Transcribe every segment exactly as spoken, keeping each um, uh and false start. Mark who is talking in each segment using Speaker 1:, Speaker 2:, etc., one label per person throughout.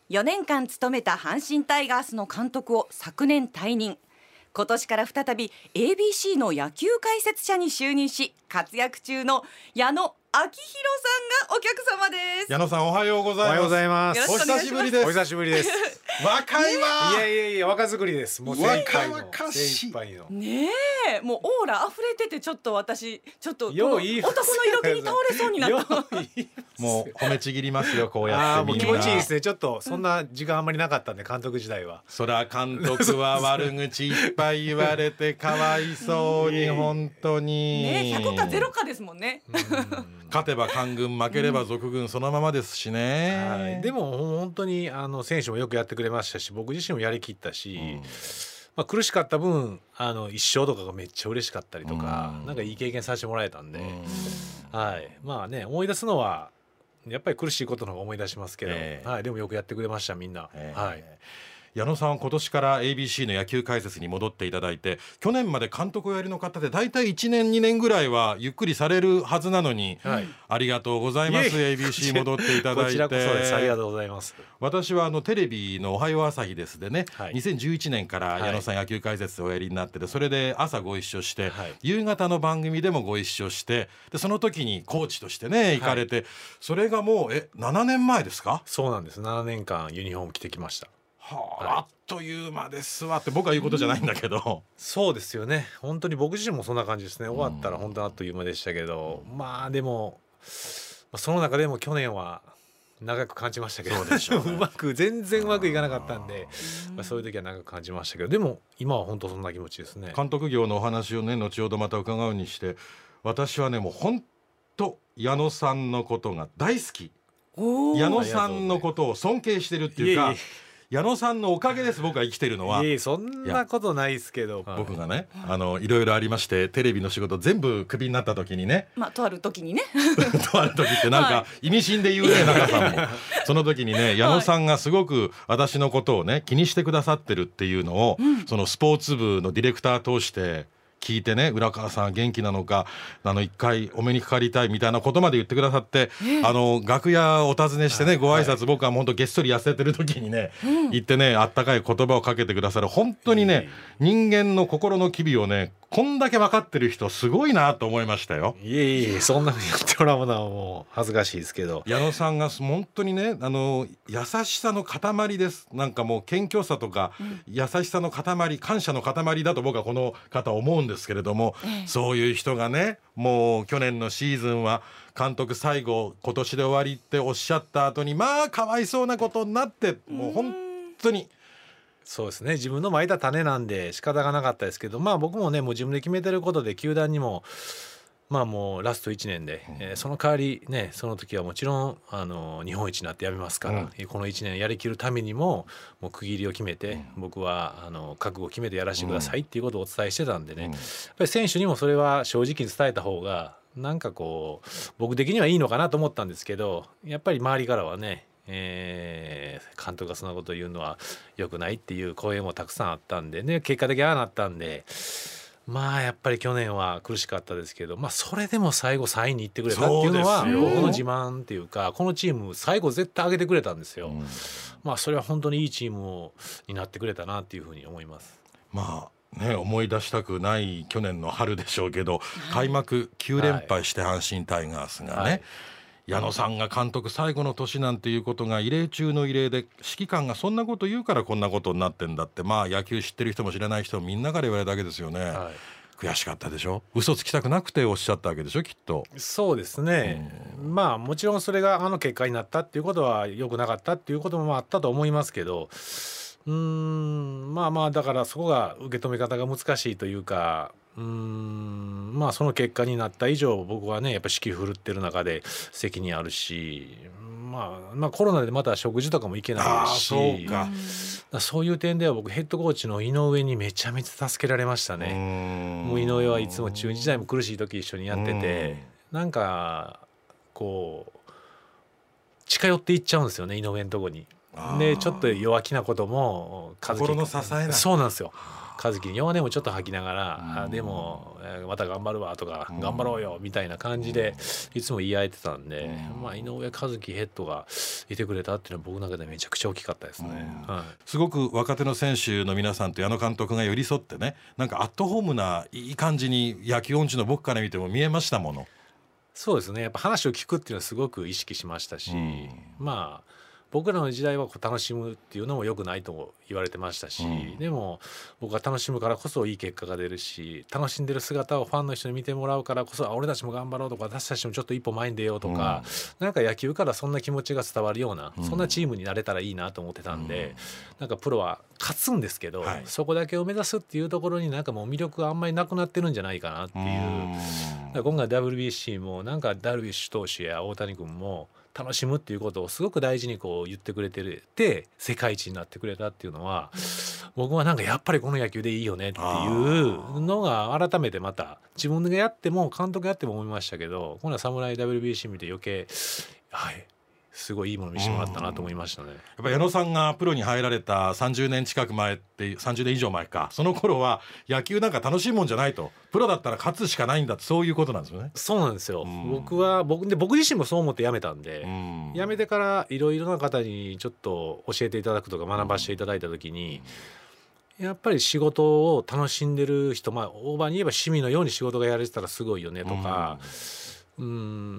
Speaker 1: よねんかん務めた阪神タイガースの監督を昨年退任。今年から再び エービーシー の野球解説者に就任し活躍中の矢野明宏さんがお客様です。
Speaker 2: 矢野さんおはようございます。
Speaker 3: おはようございます。
Speaker 1: お久しぶりです。
Speaker 3: お久しぶりです
Speaker 2: 若いわ。
Speaker 3: いやいやいや若作りです。もう精一杯の
Speaker 2: 若々しい
Speaker 3: 精一杯の
Speaker 1: ねえ、もうオーラ溢れててちょっと私ちょっとこの
Speaker 3: よう
Speaker 1: 男の
Speaker 3: 言います
Speaker 1: 色気に倒れそうになった。
Speaker 3: よう言います
Speaker 2: もう褒めちぎりますよこうや
Speaker 3: あ
Speaker 2: ってみんな。
Speaker 3: ーもう気持ちいいですね。ちょっとそんな時間あんまりなかったんで監督時代は。
Speaker 2: そら監督は悪口いっぱい言われてかわいそうに本当に、
Speaker 1: ねえ、ひゃくかゼロかですもんね。
Speaker 2: 勝てば官軍負ければ属軍そのままですしね、
Speaker 3: はい、でも本当にあの選手もよくやってくれましたし僕自身もやりきったし、
Speaker 2: うん
Speaker 3: まあ、苦しかった分あの一勝とかがめっちゃ嬉しかったりとか、
Speaker 2: うん
Speaker 3: なんかいい経験させてもらえたんで、
Speaker 2: うん
Speaker 3: はい、まあね思い出すのはやっぱり苦しいことの方が思い出しますけど、
Speaker 2: えー
Speaker 3: はい、でもよくやってくれましたみんな、
Speaker 2: えー
Speaker 3: はい、
Speaker 2: 矢野さんは今年から エービーシー の野球解説に戻っていただいて去年まで監督をやりの方でだいたいいちねんにねんぐらいはゆっくりされるはずなのに、
Speaker 3: はい、
Speaker 2: ありがとうございます。
Speaker 3: いえ
Speaker 2: エービーシー 戻っていただいて
Speaker 3: こちらこそですありがとうございます。
Speaker 2: 私はあのテレビのおはよう朝日ですでね、
Speaker 3: はい、
Speaker 2: にせんじゅういちねんから矢野さん野球解説をおやりになっててそれで朝ご一緒して、はい、夕方の番組でもご一緒してでその時にコーチとしてね行かれて、はい、それがもうえななねんまえですか？
Speaker 3: そうなんです。ななねんかんユニフォーム着てきました。
Speaker 2: はあ、はい、あっという間ですわって僕は言うことじゃないんだけど、うん、
Speaker 3: そうですよね。本当に僕自身もそんな感じですね。終わったら本当にあっという間でしたけど、うん、まあでもその中でも去年は長く感じましたけどそうでしょう、ね、うまく全然うまくいかなかったんで、まあ、そういう時は長く感じましたけどでも今は本当そんな気持ちですね。
Speaker 2: 監督業のお話をね後ほどまた伺うにして私はねもう本当矢野さんのことが大好き。矢野さんのことを尊敬してるっていうかいえいえ矢野さんのおかげです僕が生きてるのは。
Speaker 3: いやそんなことないですけど
Speaker 2: 僕がねあのいろいろありましてテレビの仕事全部クビになった時にね
Speaker 1: まあとある時にね
Speaker 2: とある時ってなんか意味深で言うね中さんもその時にね矢野さんがすごく私のことをね気にしてくださってるっていうのを、うん、そのスポーツ部のディレクター通して聞いてね浦川さん元気なのかあの一回お目にかかりたいみたいなことまで言ってくださって、えー、あの楽屋お尋ねしてねご挨拶、はい、僕は本当げっそり痩せてる時にね、うん、言ってねあったかい言葉をかけてくださる本当にね、えー、人間の心の機微をねこんだけ分かってる人すごいなと思いましたよ。
Speaker 3: いえいえそんなふうに言ってもらうのはもう恥ずかしいですけど
Speaker 2: 矢野さんが本当にねあの優しさの塊です。なんかもう謙虚さとか、うん、優しさの塊感謝の塊だと僕はこの方思うんですけれども、ええ、そういう人がねもう去年のシーズンは監督最後今年で終わりっておっしゃった後にまあかわいそうなことになってもう本当に
Speaker 3: そうですね自分のまいた種なんで仕方がなかったですけどまあ僕もねもう自分で決めてることで球団にもまあもうラストいちねんで、うんえー、その代わりねその時はもちろんあの日本一になってやめますから、うん、このいちねんやりきるためにももう区切りを決めて、うん、僕はあの覚悟を決めてやらせてくださいっていうことをお伝えしてたんでね、うん、やっぱり選手にもそれは正直に伝えた方がなんかこう僕的にはいいのかなと思ったんですけどやっぱり周りからはねえー、監督がそんなことを言うのは良くないっていう声もたくさんあったんでね結果的にああなったんでまあやっぱり去年は苦しかったですけどまあそれでも最後さんいに行ってくれたっていうのは僕の自慢っていうかこのチーム最後絶対上げてくれたんですよ、うん、まあそれは本当にいいチームになってくれたなっていうふうに思います。
Speaker 2: まあね、思い出したくない去年の春でしょうけど、はい、開幕きゅうれんぱいして阪神タイガースがね、はい矢野さんが監督最後の年なんていうことが異例中の異例で指揮官がそんなこと言うからこんなことになってんだってまあ野球知ってる人も知らない人もみんなから言われるだけですよね、はい、悔しかったでしょ嘘つきたくなくておっしゃったわけでしょきっと。
Speaker 3: そうですね、うん、まあもちろんそれがあの結果になったっていうことは良くなかったっていうこともあったと思いますけどうーんまあまあだからそこが受け止め方が難しいというかうーんまあその結果になった以上僕はねやっぱ指揮振るってる中で責任あるし、まあ、まあコロナでまた食事とかも行けないですしそうかそういう点では僕ヘッドコーチの井上にめちゃめちゃ助けられましたね。もう井上はいつも中日時代も苦しい時一緒にやっててなんかこう近寄っていっちゃうんですよね井上のとこに。 でちょっと弱気なことも
Speaker 2: 心の支えなんだ。
Speaker 3: そうなんですよ。和樹に弱音もちょっと吐きながら、あでもまた頑張るわとか、頑張ろうよみたいな感じでいつも言い合えてたんで、まあ、井上和樹ヘッドがいてくれたっていうのは僕の中でめちゃくちゃ大きかったですね、はい、
Speaker 2: すごく若手の選手の皆さんと矢野監督が寄り添ってね、なんかアットホームないい感じに野球音痴の僕から見ても見えましたもの。
Speaker 3: そうですね、やっぱ話を聞くっていうのはすごく意識しましたし、まあ僕らの時代はこう楽しむっていうのも良くないと言われてましたし、うん、でも僕は楽しむからこそいい結果が出るし、楽しんでる姿をファンの人に見てもらうからこそ、あ俺たちも頑張ろうとか、私たちもちょっと一歩前に出ようとか、うん、なんか野球からそんな気持ちが伝わるような、うん、そんなチームになれたらいいなと思ってたんで、うん、なんかプロは勝つんですけど、はい、そこだけを目指すっていうところになんかもう魅力があんまりなくなってるんじゃないかなっていう、うん、だから今回 ダブリュービーシー もなんかダルビッシュ投手や大谷君も楽しむっていうことをすごく大事にこう言ってくれてて、世界一になってくれたっていうのは、僕はなんかやっぱりこの野球でいいよねっていうのが改めてまた自分がやっても監督やっても思いましたけど、この侍 ダブリュービーシー 見て余計はいすごいいいもの見せてもらったなと思いましたね。やっ
Speaker 2: ぱ矢野さんがプロに入られたさんじゅうねん近く前ってさんじゅうねん以上前か、その頃は野球なんか楽しいもんじゃないと、プロだったら勝つしかないんだって、そういうことなんですよね。
Speaker 3: そうなんですよ、うん、僕は僕で僕自身もそう思って辞めたんで、うん、辞めてからいろいろな方にちょっと教えていただくとか学ばせていただいた時に、うん、やっぱり仕事を楽しんでる人、まあオーバーに言えば趣味のように仕事がやれてたらすごいよねとか、うん、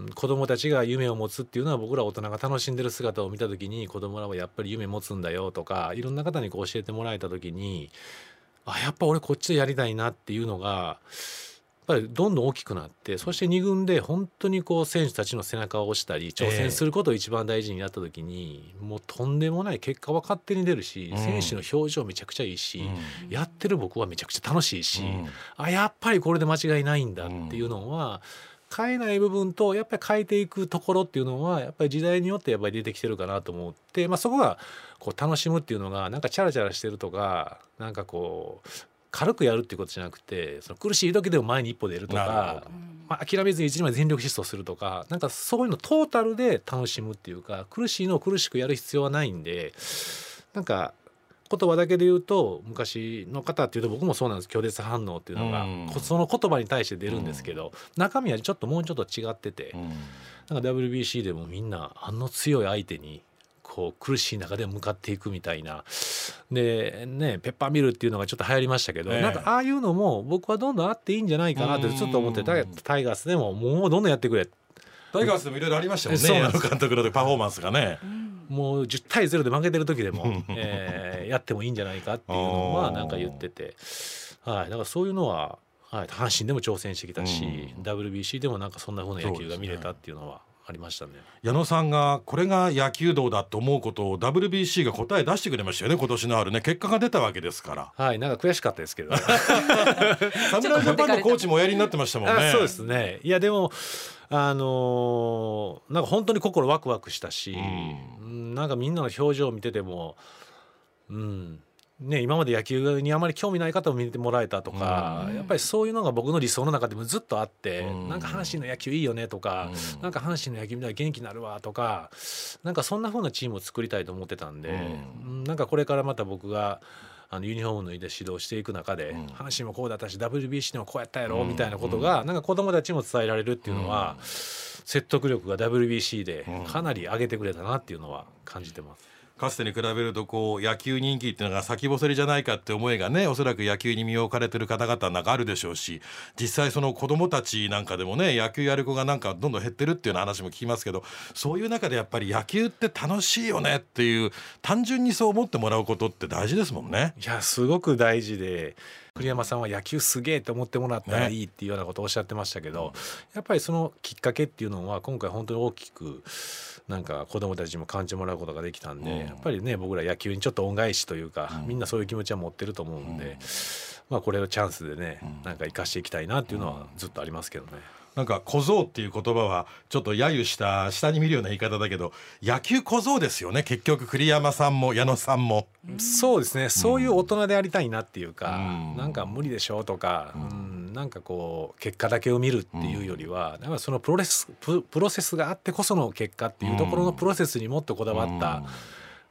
Speaker 3: 子供たちが夢を持つっていうのは僕ら大人が楽しんでる姿を見た時に、子供らはやっぱり夢持つんだよとか、いろんな方にこう教えてもらえた時に、あやっぱ俺こっちでやりたいなっていうのがやっぱりどんどん大きくなって、そしてに軍で本当にこう選手たちの背中を押したり挑戦することを一番大事になった時に、えー、もうとんでもない結果は勝手に出るし、うん、選手の表情めちゃくちゃいいし、うん、やってる僕はめちゃくちゃ楽しいし、うん、あやっぱりこれで間違いないんだっていうのは、うん変えない部分とやっぱり変えていくところっていうのはやっぱり時代によってやっぱり出てきてるかなと思って、まあ、そこがこう楽しむっていうのがなんかチャラチャラしてるとか、なんかこう軽くやるっていうことじゃなくて、その苦しい時でも前に一歩出るとか、まあ、諦めずに一日まで全力疾走するとか、なんかそういうのトータルで楽しむっていうか、苦しいのを苦しくやる必要はないんで、なんか言葉だけで言うと昔の方っていうと僕もそうなんです、拒絶反応っていうのが、うん、その言葉に対して出るんですけど、うん、中身はちょっともうちょっと違ってて、うん、なんか ダブリュービーシー でもみんなあの強い相手にこう苦しい中で向かっていくみたいなでね、ペッパーミルっていうのがちょっと流行りましたけど、えー、なんかああいうのも僕はどんどんあっていいんじゃないかなってずっと思ってた、タイガースでももうどんどんやってくれ、
Speaker 2: タイガースでもいろいろありましたもんね、あの監督のパフォーマンスがね、
Speaker 3: もうじゅうたいゼロで負けてる時でも、えー、やってもいいんじゃないかっていうのはなんか言ってて、はい、だからそういうのは、はい、阪神でも挑戦してきたし、うん、ダブリュービーシー でもなんかそんな風な野球が見れたっていうのはありましたね。
Speaker 2: 矢野さんがこれが野球道だと思うことを ダブリュービーシー が答え出してくれましたよね、今年の春ね、結果が出たわけですから。
Speaker 3: はい、なんか悔しかったですけど
Speaker 2: 侍ジャパンのコーチもおやりになってましたもんね。
Speaker 3: そうですね。いやでもあのー、なんか本当に心ワクワクしたし、うん、なんかみんなの表情を見てても、うんね、今まで野球にあまり興味ない方を見てもらえたとか、うん、やっぱりそういうのが僕の理想の中でもずっとあって、うん、なんか阪神の野球いいよねとか、うん、なんか阪神の野球見たら元気になるわとか、なんかそんな風なチームを作りたいと思ってたんで、うん、なんかこれからまた僕があのユニフォーム脱いで指導していく中で、うん、阪神もこうだったし ダブリュービーシー でもこうやったやろみたいなことが、うん、なんか子どもたちにも伝えられるっていうのは、うん、説得力が ダブリュービーシー でかなり上げてくれたなっていうのは感じてます。
Speaker 2: かつてに比べるとこう野球人気っていうのが先細りじゃないかって思いがね、おそらく野球に身を置かれてる方々の中あるでしょうし、実際その子どもたちなんかでもね、野球やる子がなんかどんどん減ってるっていうような話も聞きますけど、そういう中でやっぱり野球って楽しいよねっていう、単純にそう思ってもらうことって大事ですもんね。
Speaker 3: いやすごく大事で、栗山さんは野球すげえと思ってもらったらいいっていうようなことをおっしゃってましたけど、ね、やっぱりそのきっかけっていうのは今回本当に大きくなんか子どもたちにも感じてもらうことができたんで、うん、やっぱりね僕ら野球にちょっと恩返しというか、うん、みんなそういう気持ちは持ってると思うんで、うん、まあこれをチャンスでね、うん、なんか生かしていきたいなっていうのはずっとありますけどね。
Speaker 2: なんか小僧っていう言葉はちょっと揶揄した下に見るような言い方だけど、野球小僧ですよね結局、栗山さんも矢野さんも。
Speaker 3: そうですね、そういう大人でありたいなっていうか、うん、なんか無理でしょとか、うん、なんかこう結果だけを見るっていうよりは、うん、なんかそのプロレスプロセスがあってこその結果っていうところのプロセスにもっとこだわった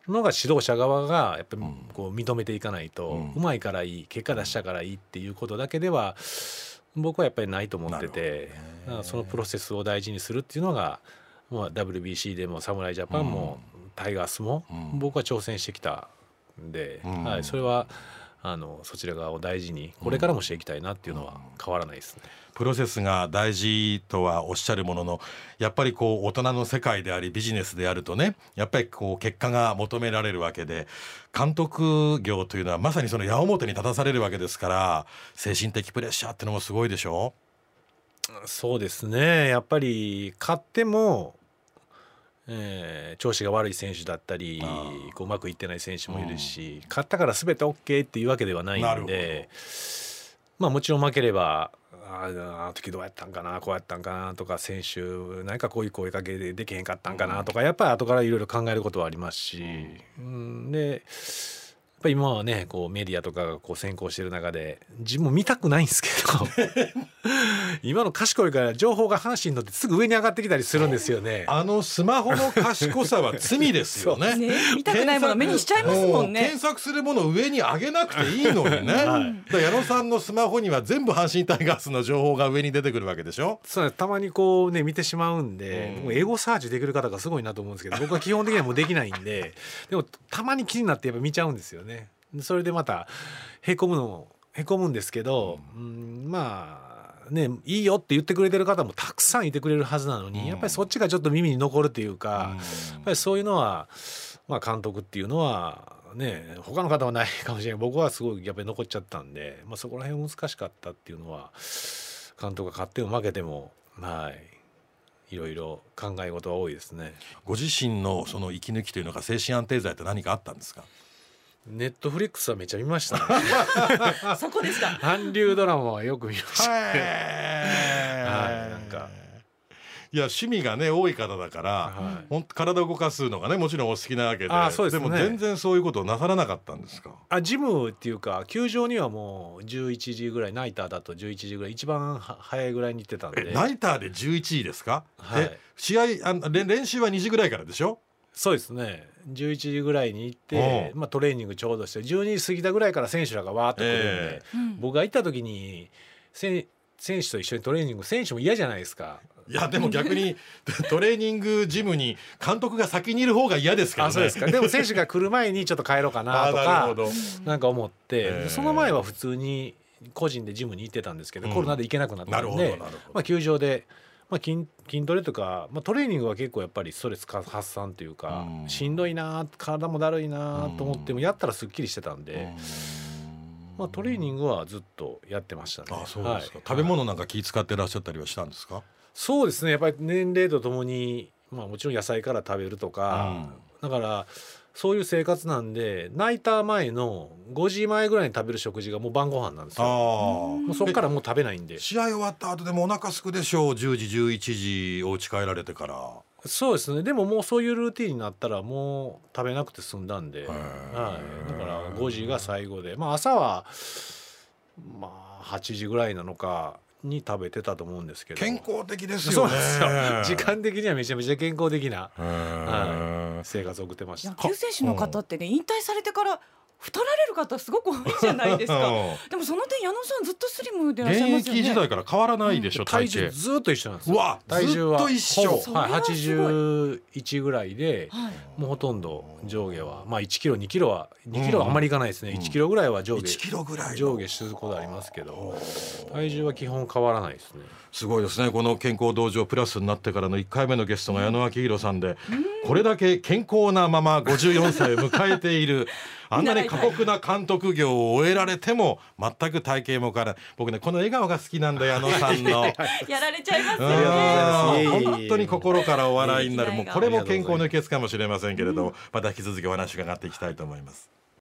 Speaker 3: のが指導者側がやっぱりこう認めていかないと、うん、うまいからいい結果出したからいいっていうことだけでは僕はやっぱりないと思ってて、だからそのプロセスを大事にするっていうのが、まあ、ダブリュービーシー でも侍ジャパンも、うん、タイガースも僕は挑戦してきたんで、うんはい、それはあのそちら側を大事にこれからもしていきたいなっていうのは変わらないですね。
Speaker 2: プロセスが大事とはおっしゃるものの、やっぱりこう大人の世界でありビジネスであるとね、やっぱりこう結果が求められるわけで、監督業というのはまさにその矢面に立たされるわけですから、精神的プレッシャーってのもすごいでしょ。
Speaker 3: そうですね、やっぱり勝ってもえー、調子が悪い選手だったりこううまくいってない選手もいるし、うん、勝ったから全て OK っていうわけではないんで、まあ、もちろん負ければあの時どうやったんかなこうやったんかなとか、選手何かこういう声かけでできへんかったんかなとか、うん、やっぱり後からいろいろ考えることはありますし、うん、でやっぱり今はねこうメディアとかがこう先行してる中で自分も見たくないんですけど今の賢いから情報が阪神に乗ってすぐ上に上がってきたりするんですよね。
Speaker 2: あのスマホの賢さは罪ですよね。
Speaker 1: ね、見たくないもの目にしちゃいますもんね。
Speaker 2: 検索するものを上に上げなくていいのにね、はい、だ矢野さんのスマホには全部阪神タイガースの情報が上に出てくるわけでしょ。
Speaker 3: そうたまにこうね見てしまうんで、うん、エゴサーチできる方がすごいなと思うんですけど、僕は基本的にはもうできないんででもたまに気になってやっぱ見ちゃうんですよね。それでまたへこむのもへこむんですけど、うん、まあねいいよって言ってくれてる方もたくさんいてくれるはずなのに、うん、やっぱりそっちがちょっと耳に残るっていうか、うん、やっぱりそういうのは、まあ、監督っていうのはね他の方はないかもしれない、僕はすごいやっぱり残っちゃったんで、まあ、そこら辺難しかったっていうのは監督が勝っても負けてもはいいろいろ考え事は多いですね。
Speaker 2: ご自身のその息抜きというのが精神安定剤って何かあったんですか。
Speaker 3: ネットフリックスはめっちゃ見ましたね
Speaker 1: そこでした。
Speaker 3: 韓流ドラマはよく見ましたねはい
Speaker 2: なんかいや趣味がね多い方だから、はい、ほん体を動かすのがねもちろんお好きなわけ で, あそうです、ね、でも全然そういうことをなさらなかったんですか。
Speaker 3: あジムっていうか球場にはもうじゅういちじぐらい、ナイターだとじゅういちじぐらい一番早いぐらいに行ってたんで。
Speaker 2: ナイターでじゅういちじですか、
Speaker 3: はい、
Speaker 2: 試合あ練習はにじぐらいからでしょ。
Speaker 3: そうですね、じゅういちじぐらいに行って、まあ、トレーニングちょうどしてじゅうにじ過ぎたぐらいから選手らがわーっと来るんで、えー、僕が行った時に選手と一緒にトレーニング、選手も嫌じゃないですか。
Speaker 2: いやでも逆にトレーニングジムに監督が先にいる方が嫌ですけどね。
Speaker 3: あそうですか。でも選手が来る前にちょっと帰ろうかなとかなんか思って、えー、その前は普通に個人でジムに行ってたんですけど、うん、コロナで行けなくなったので、まあ、球場でまあ、筋, 筋トレとか、まあ、トレーニングは結構やっぱりストレス発散というか、うん、しんどいな体もだるいなと思ってもやったらすっきりしてたんで、うんまあ、トレーニングはずっとやってましたね。
Speaker 2: あそうですか、はい、食べ物なんか気使ってらっしゃったりはしたんですか。
Speaker 3: そうですね、やっぱり年齢とともに、まあ、もちろん野菜から食べるとか、うん、だからそういう生活なんでナイター前のごじまえぐらいに食べる食事がもう晩ご飯なんですよ。あもうそっからもう食べないんで。
Speaker 2: 試合終わった後でもお腹すくでしょう。じゅうじじゅういちじお家帰られてから。
Speaker 3: そうですね、でももうそういうルーティンになったらもう食べなくて済んだんで、はい、だからごじが最後で、まあ、朝はまあはちじぐらいなのかに食べてたと思うんですけど。
Speaker 2: 健康的ですよね。
Speaker 3: そうなんですよ。時間的にはめちゃめちゃ健康的な、はい、生活を送ってました。
Speaker 1: 野球選手の方ってね、引退されてから太られる方すごく多いじゃないですかでもその点矢野さんずっとスリムでいらっしゃいますよね。
Speaker 2: 現役時代から変わらないでしょ、うん、
Speaker 3: 体重ずっと一緒なんですよ。
Speaker 2: うわ体重はずっと一緒、
Speaker 3: はい、はちじゅういちぐらいで、はい、もうほとんど上下はまあいちキロにキロはにキロはあんまりいかないですね、うん、いちキロぐらいは上下、
Speaker 2: いちキロぐらい
Speaker 3: 上下することありますけど体重は基本変わらないですね。
Speaker 2: すごいですね。この健康道場プラスになってからのいっかいめのゲストが矢野顕弘さんで、これだけ健康なままごじゅうよんさいを迎えているあんなに過酷な監督業を終えられても全く体型も変わらない。僕ねこの笑顔が好きなんだ矢野さんの
Speaker 1: やられちゃいますよね。
Speaker 2: 本当に心からお笑いになる、もうこれも健康の秘訣かもしれませんけれども、また引き続きお話伺っていきたいと思います。